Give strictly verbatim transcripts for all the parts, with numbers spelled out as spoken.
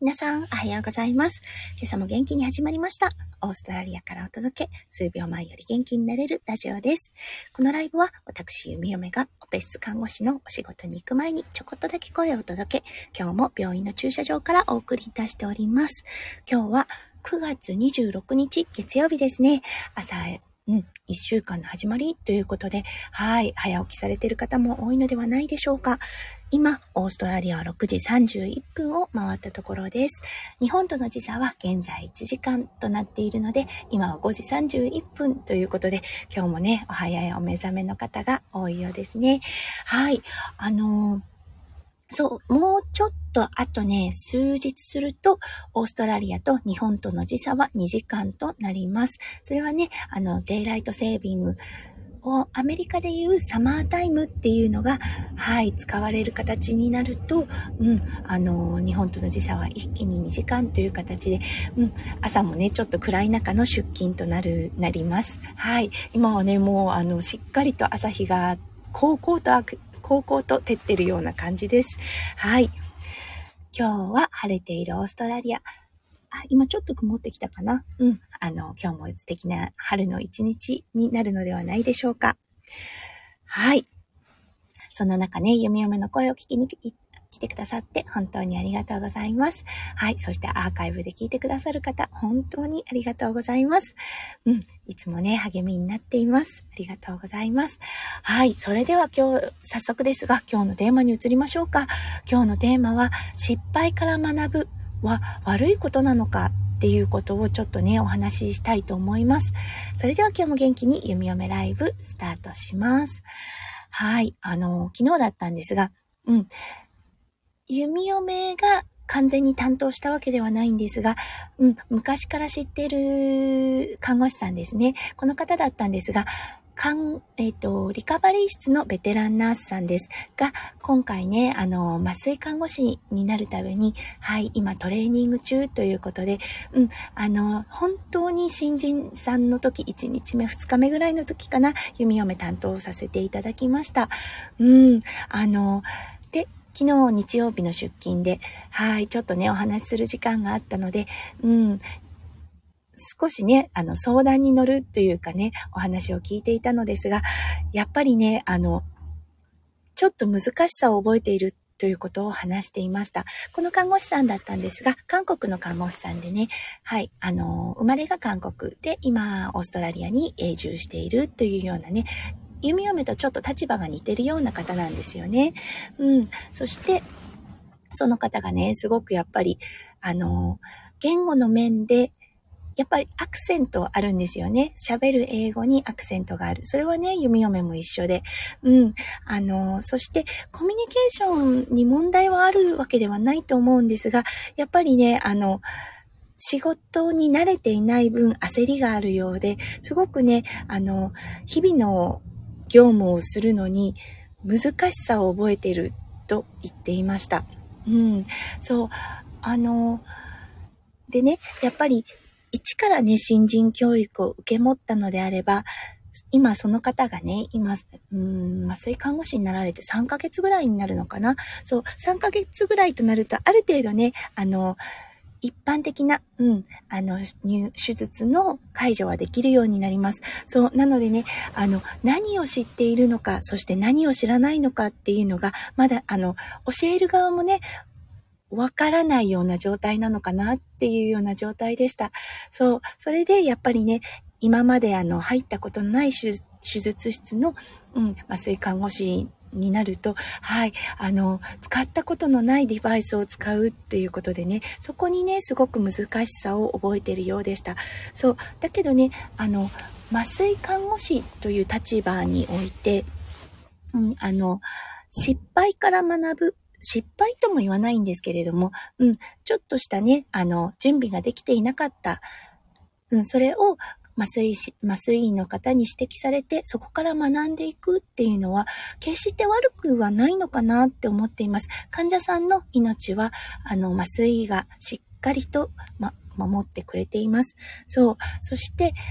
皆さん、おはようございます。今朝も元気に始まりました。オーストラリアからお届け、数秒前より元気になれるラジオです。このライブは、私、弓嫁がオペ室看護師のお仕事に行く前にちょこっとだけ声をお届け、今日も病院の駐車場からお送りいたしております。今日はくがつにじゅうろくにち月曜日ですね。朝、うん、一週間の始まりということで、はい、早起きされている方も多いのではないでしょうか。今、オーストラリアはろくじさんじゅういっぷんを回ったところです。日本との時差は現在いちじかんとなっているので、今はごじさんじゅういっぷんということで、今日もね、お早いお目覚めの方が多いようですね。はい、あのーそう、もうちょっとあとね、数日すると、オーストラリアと日本との時差はにじかんとなります。それはね、あの、デイライトセービングをアメリカでいうサマータイムっていうのが、はい、使われる形になると、うん、あの、日本との時差は一気ににじかんという形で、うん、朝もね、ちょっと暗い中の出勤となる、なります。はい、今はね、もう、あの、しっかりと朝日が、こうこうとあく、こうこうと照ってるような感じです。はい。今日は晴れているオーストラリア。あ、今ちょっと曇ってきたかな。うん。あの、今日も素敵な春の一日になるのではないでしょうか。はい。そんな中ね、弓嫁の声を聞きに来てくださって本当にありがとうございます。はい。そしてアーカイブで聞いてくださる方、本当にありがとうございます。うん。いつもね、励みになっています。ありがとうございます。はい。それでは今日、早速ですが、今日のテーマに移りましょうか。今日のテーマは、失敗から学ぶは悪いことなのかっていうことをちょっとね、お話ししたいと思います。それでは今日も元気に弓嫁ライブスタートします。はい。あの、昨日だったんですが、うん。弓嫁が完全に担当したわけではないんですが、うん、昔から知っている看護師さんですね。この方だったんですが、かん、えっと、リカバリー室のベテランナースさんですが、今回ね、あの、麻酔看護師になるために、はい、今トレーニング中ということで、うん、あの、本当に新人さんの時、いちにちめ、ふつかめぐらいの時かな、弓嫁担当させていただきました。うん、あの、で、昨日日曜日の出勤で、はい、ちょっとね、お話しする時間があったので、うん、少しね、あの、相談に乗るというかね、お話を聞いていたのですが、やっぱりね、あの、ちょっと難しさを覚えているということを話していました。この看護師さんだったんですが、韓国の看護師さんでね、はい、あの、生まれが韓国で、今、オーストラリアに永住しているというようなね、弓嫁とちょっと立場が似てるような方なんですよね。うん。そして、その方がね、すごくやっぱり、あの、言語の面で、やっぱりアクセントあるんですよね。喋る英語にアクセントがある。それはね、弓嫁も一緒で。うん。あの、そしてコミュニケーションに問題はあるわけではないと思うんですが、やっぱりね、あの、仕事に慣れていない分焦りがあるようで、すごくね、あの、日々の業務をするのに難しさを覚えていると言っていました。うん。そう。あの、でね、やっぱり一からね、新人教育を受け持ったのであれば、今その方がね、今、うーん、麻酔看護師になられてさんかげつぐらいになるのかな。そう、さんかげつぐらいとなると、ある程度ね、あの、一般的な、うん、あの、手術の介助はできるようになります。そう、なのでね、あの、何を知っているのか、そして何を知らないのかっていうのが、まだ、あの、教える側もね、わからないような状態なのかなっていうような状態でした。そう、それでやっぱりね、今まであの、入ったことのない手術室の、うん、麻酔看護師になると、はい、あの、使ったことのないデバイスを使うっていうことでね、そこにね、すごく難しさを覚えているようでした。そう、だけどね、あの、麻酔看護師という立場において、うん、あの、失敗から学ぶ、失敗とも言わないんですけれども、うん、ちょっとしたね、あの、準備ができていなかった、うん、それを、麻酔師、麻酔医の方に指摘されて、そこから学んでいくっていうのは、決して悪くはないのかなって思っています。患者さんの命は、あの、麻酔医がしっかりと、ま、守ってくれています。そう。そして、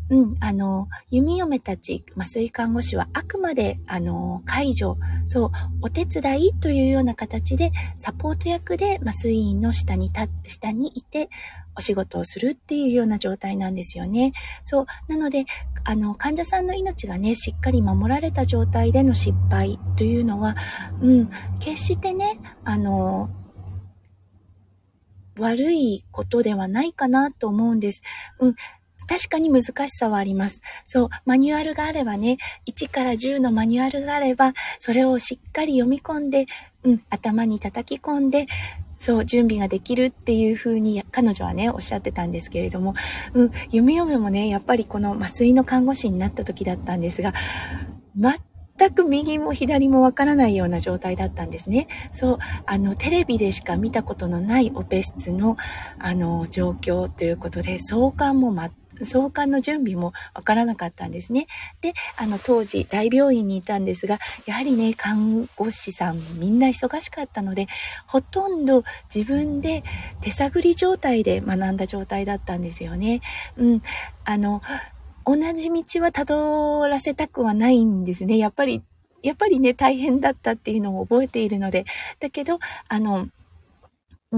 うん、あの、弓嫁たち、麻酔看護師はあくまで、あの、介助、そう、お手伝いというような形で、サポート役で麻酔員の下にた、下にいて、お仕事をするっていうような状態なんですよね。そう。なので、あの、患者さんの命がね、しっかり守られた状態での失敗というのは、うん、決してね、あの、悪いことではないかなと思うんです。うん。確かに難しさはあります。そう、マニュアルがあればね、いちからじゅうのマニュアルがあれば、それをしっかり読み込んで、うん、頭に叩き込んで、そう、準備ができるっていう風に彼女はね、おっしゃってたんですけれども、うん、弓嫁もね、やっぱりこの麻酔の看護師になった時だったんですが、全く右も左もわからないような状態だったんですね。そう、あの、テレビでしか見たことのないオペ室の、あの、状況ということで、相関もま、相関の準備もわからなかったんですね。で、あの、当時大病院にいたんですが、やはりね、看護師さんみんな忙しかったので、ほとんど自分で手探り状態で学んだ状態だったんですよね。うん、あの、同じ道は辿らせたくはないんですね。やっぱり、やっぱりね、大変だったっていうのを覚えているので。だけど、あの、うん、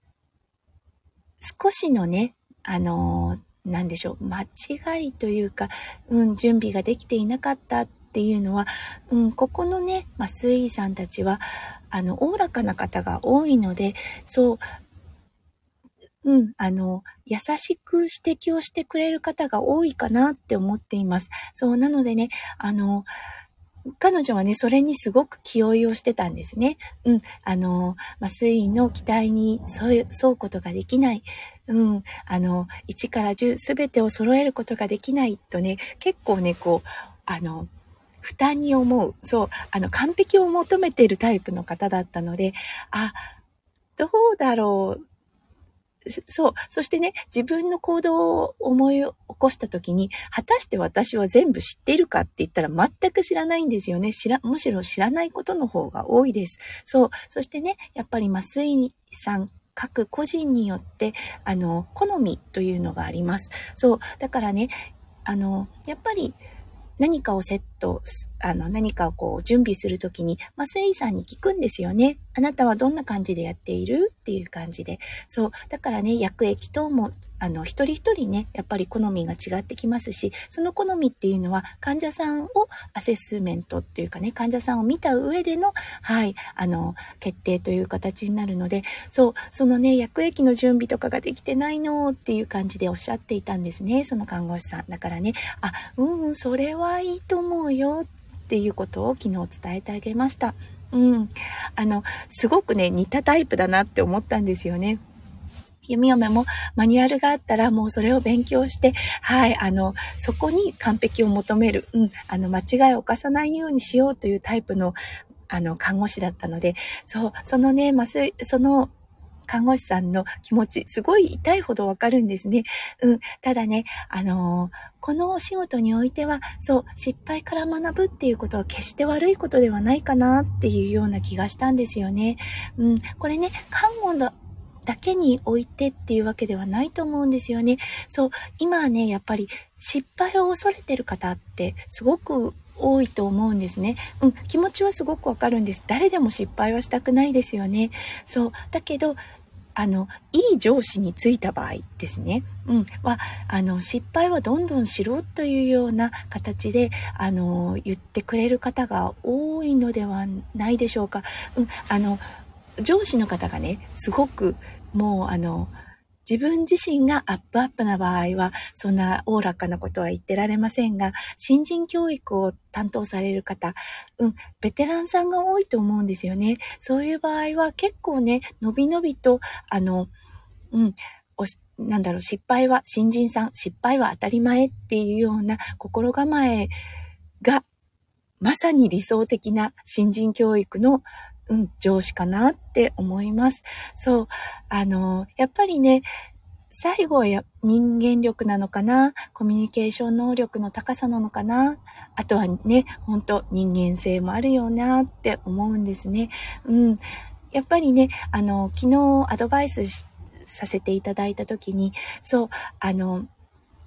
少しのね、あの、なんでしょう、間違いというか、うん、準備ができていなかったっていうのは、うん、ここのね、麻酔医さんたちは、あの、おおらかな方が多いので、そう、うん、あの、優しく指摘をしてくれる方が多いかなって思っています。そう、なのでね、あの、彼女はね、それにすごく気負いをしてたんですね。うん、あの、麻酔医の期待に沿うことができない。うん、あの、いちからじゅうすべてを揃えることができないとね、結構ね、こう、あの、負担に思う。そう、あの、完璧を求めているタイプの方だったので、あ、どうだろう。そう。そしてね、自分の行動を思い起こしたときに、果たして私は全部知っているかって言ったら全く知らないんですよね。知ら、むしろ知らないことの方が多いです。そう。そしてね、やっぱり麻酔さん、各個人によって、あの、好みというのがあります。そう。だからね、あの、やっぱり、何かをセット、あの、何かをこう準備するときに、麻酔医さんに聞くんですよね。あなたはどんな感じでやっているっていう感じで。そう。だからね、薬液等も、あの、一人一人ね、やっぱり好みが違ってきますし、その好みっていうのは、患者さんをアセスメントっていうかね、患者さんを見た上での、はい、あの、決定という形になるので、そう、そのね、薬液の準備とかができてないのっていう感じでおっしゃっていたんですね、その看護師さん。だからね、あ、うん、それはいいと思うよっていうことを昨日伝えてあげました。うん。あの、すごくね、似たタイプだなって思ったんですよね。弓嫁もマニュアルがあったらもうそれを勉強して、はい、あの、そこに完璧を求める、うん、あの、間違いを犯さないようにしようというタイプの、あの、看護師だったので、そう、そのね、まず、その、看護師さんの気持ち、すごい痛いほどわかるんですね。うん。ただね、あのー、このお仕事においては、そう、失敗から学ぶっていうことは決して悪いことではないかなっていうような気がしたんですよね。うん。これね、看護のだけに置いてっていうわけではないと思うんですよね。そう、今はね、やっぱり失敗を恐れてる方ってすごく多いと思うんですね。うん、気持ちはすごくわかるんです。誰でも失敗はしたくないですよね。そう、だけど、あの、いい上司についた場合ですね。うん。は、あの、失敗はどんどんしろというような形で、あの、言ってくれる方が多いのではないでしょうか。うん。あの、上司の方がね、すごく、もう、あの、自分自身がアップアップな場合は、そんなおおらかなことは言ってられませんが、新人教育を担当される方、うん、ベテランさんが多いと思うんですよね。そういう場合は結構ね、のびのびと、あの、うん、おしなんだろう、失敗は、新人さん、失敗は当たり前っていうような心構えが、まさに理想的な新人教育のうん、上司かなって思います。そう。あの、やっぱりね、最後はや人間力なのかな、コミュニケーション能力の高さなのかな、あとはね、本当人間性もあるよなって思うんですね。うん。やっぱりね、あの、昨日アドバイスさせていただいたときに、そう、あの、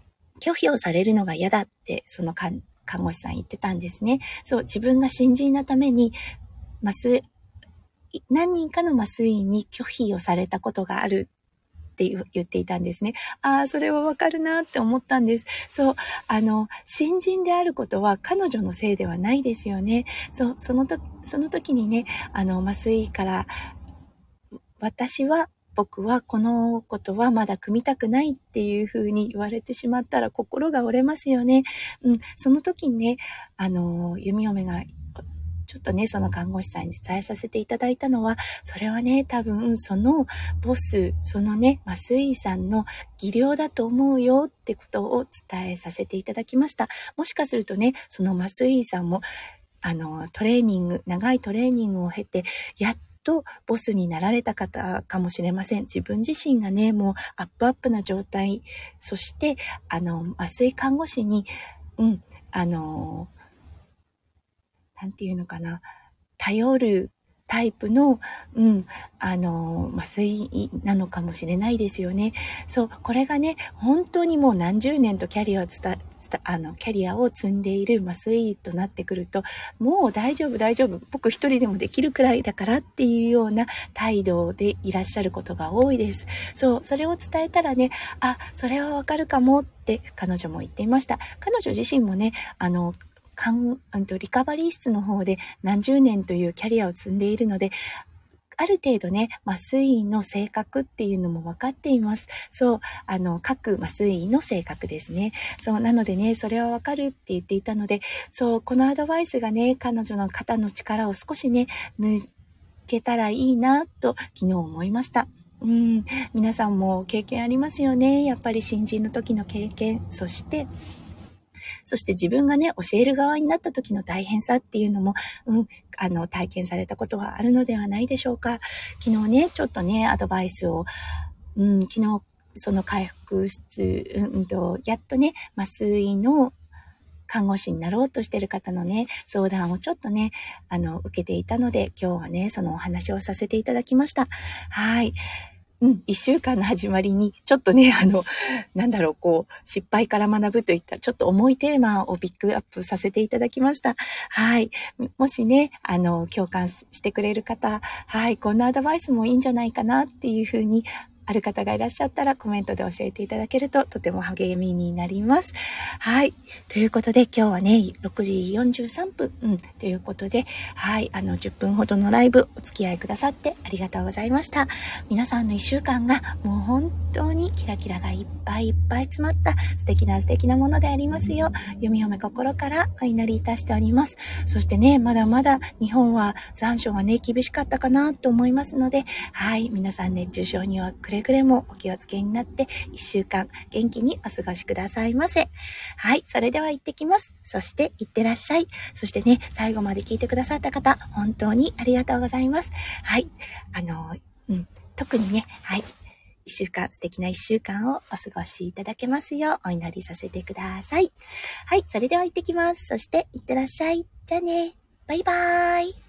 拒否をされるのが嫌だって、その看護師さん言ってたんですね。そう、自分が新人のために、麻酔、何人かの麻酔医に拒否をされたことがあるって言っていたんですね。ああ、それはわかるなって思ったんです。そう、あの、新人であることは彼女のせいではないですよね。そう、そのと、その時にね、あの、麻酔医から、私は、僕はこのことはまだ組みたくないっていう風に言われてしまったら心が折れますよね。うん、その時にね、あの、弓嫁がちょっとね、その看護師さんに伝えさせていただいたのは、それはね、多分そのボス、そのね、麻酔医さんの技量だと思うよってことを伝えさせていただきました。もしかするとね、その麻酔医さんも、あの、トレーニング、長いトレーニングを経て、やっとボスになられた方かもしれません。自分自身がね、もうアップアップな状態、そして、あの、麻酔看護師に、うん、あの、なんていうのかな、頼るタイプの、うん、あの、麻酔なのかもしれないですよね。そう、これがね、本当にもう何十年とキャリアをつた、あの、キャリアを積んでいる麻酔となってくると、もう大丈夫大丈夫、僕一人でもできるくらいだからっていうような態度でいらっしゃることが多いです。そう、それを伝えたらね、あ、それはわかるかもって彼女も言っていました。彼女自身もね、あの、かんリカバリー室の方で何十年というキャリアを積んでいるので、ある程度ね、麻酔医の性格っていうのも分かっています。そう、あの、各麻酔医の性格ですね。そう、なのでね、それは分かるって言っていたので、そう、このアドバイスがね、彼女の肩の力を少しね、抜けたらいいなと昨日思いました。うん、皆さんも経験ありますよね。やっぱり新人の時の経験、そして、そして自分がね、教える側になった時の大変さっていうのも、うん、あの、体験されたことはあるのではないでしょうか。昨日ね、ちょっとね、アドバイスを、うん、昨日、その回復室、うんと、やっとね、麻酔の看護師になろうとしている方のね、相談をちょっとね、あの、受けていたので、今日はね、そのお話をさせていただきました。はい。うん、一週間の始まりに、ちょっとね、あの、なんだろう、こう、失敗から学ぶといった、ちょっと重いテーマをピックアップさせていただきました。はい。もしね、あの、共感してくれる方、はい、こんなアドバイスもいいんじゃないかなっていうふうに、ある方がいらっしゃったらコメントで教えていただけるととても励みになります。はい。ということで今日はね、ろくじよんじゅうさんぷん、うん、ということで、はい、あのじゅっぷんほどのライブお付き合いくださってありがとうございました。皆さんのいっしゅうかんがもう本当にキラキラがいっぱいいっぱい詰まった素敵な素敵なものでありますよう、弓嫁心からお祈りいたしております。そしてね、まだまだ日本は残暑がね、厳しかったかなと思いますので、はい、皆さん熱中症にはくれぐれもお気をつけになっていっしゅうかん元気にお過ごしくださいませ。はい、それでは行ってきます。そして行ってらっしゃい。そしてね、最後まで聞いてくださった方、本当にありがとうございます。はい、あの、うん、特にね、はい、一週間、素敵な一週間をお過ごしいただけますようお祈りさせてください。はい、それでは行ってきます。そして行ってらっしゃい。じゃあね、バイバーイ。